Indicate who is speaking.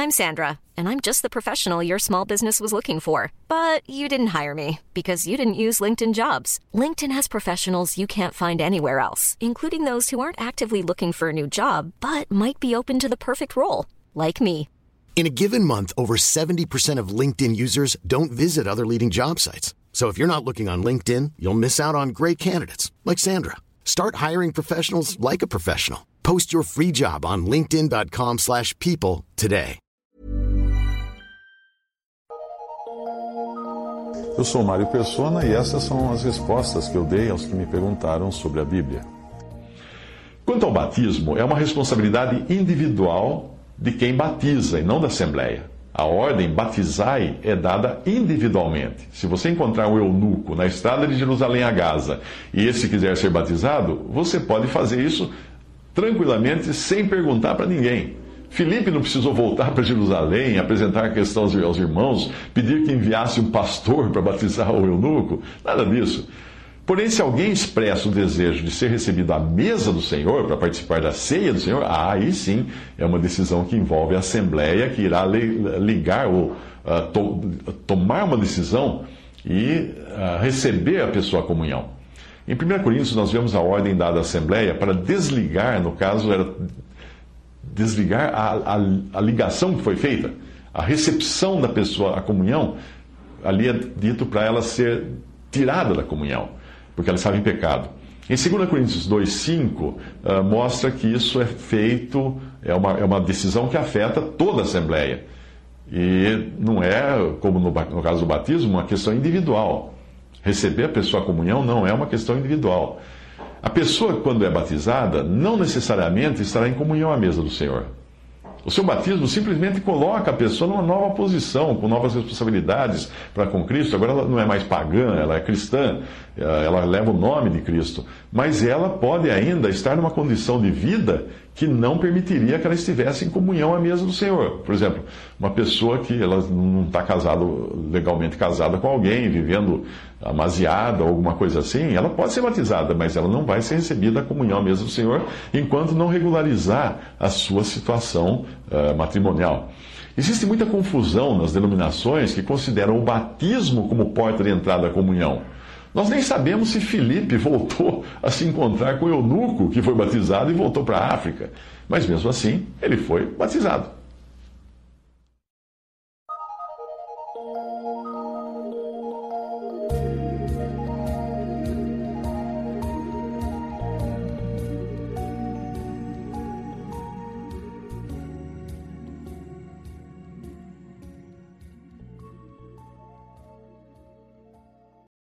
Speaker 1: I'm Sandra, and I'm just the professional your small business was looking for. But you didn't hire me because you didn't use LinkedIn Jobs. LinkedIn has professionals you can't find anywhere else, including those who aren't actively looking for a new job, but might be open to the perfect role, like me.
Speaker 2: In a given month, over 70% of LinkedIn users don't visit other leading job sites. So if you're not looking on LinkedIn, you'll miss out on great candidates like Sandra. Start hiring professionals like a professional. Post your free job on linkedin.com/people today.
Speaker 3: Eu sou Mário Persona e essas são as respostas que eu dei aos que me perguntaram sobre a Bíblia. Quanto ao batismo, é uma responsabilidade individual de quem batiza e não da Assembleia. A ordem batizai é dada individualmente. Se você encontrar um eunuco na estrada de Jerusalém a Gaza e esse quiser ser batizado, você pode fazer isso tranquilamente sem perguntar para ninguém. Filipe não precisou voltar para Jerusalém, apresentar a questão aos irmãos, pedir que enviasse um pastor para batizar o eunuco. Nada disso. Porém, se alguém expressa o desejo de ser recebido à mesa do Senhor, para participar da ceia do Senhor, aí sim é uma decisão que envolve a Assembleia, que irá ligar ou tomar uma decisão e receber a pessoa à comunhão. Em 1 Coríntios, nós vemos a ordem dada à Assembleia para desligar, no caso, era desligar a ligação que foi feita, a recepção da pessoa à comunhão. Ali é dito para ela ser tirada da comunhão, porque ela estava em pecado. Em 2 Coríntios 2,5, mostra que isso é feito, é uma decisão que afeta toda a Assembleia. E não é, como no caso do batismo, uma questão individual. Receber a pessoa à comunhão não é uma questão individual. A pessoa, quando é batizada, não necessariamente estará em comunhão à mesa do Senhor. O seu batismo simplesmente coloca a pessoa numa nova posição, com novas responsabilidades para com Cristo. Agora ela não é mais pagã, ela é cristã, ela leva o nome de Cristo. Mas ela pode ainda estar numa condição de vida que não permitiria que ela estivesse em comunhão à mesa do Senhor. Por exemplo, uma pessoa que ela não está legalmente casada com alguém, vivendo amasiada ou alguma coisa assim, ela pode ser batizada, mas ela não vai ser recebida à comunhão à mesa do Senhor enquanto não regularizar a sua situação matrimonial. Existe muita confusão nas denominações que consideram o batismo como porta de entrada à comunhão. Nós nem sabemos se Filipe voltou a se encontrar com o eunuco que foi batizado e voltou para a África. Mas mesmo assim, ele foi batizado.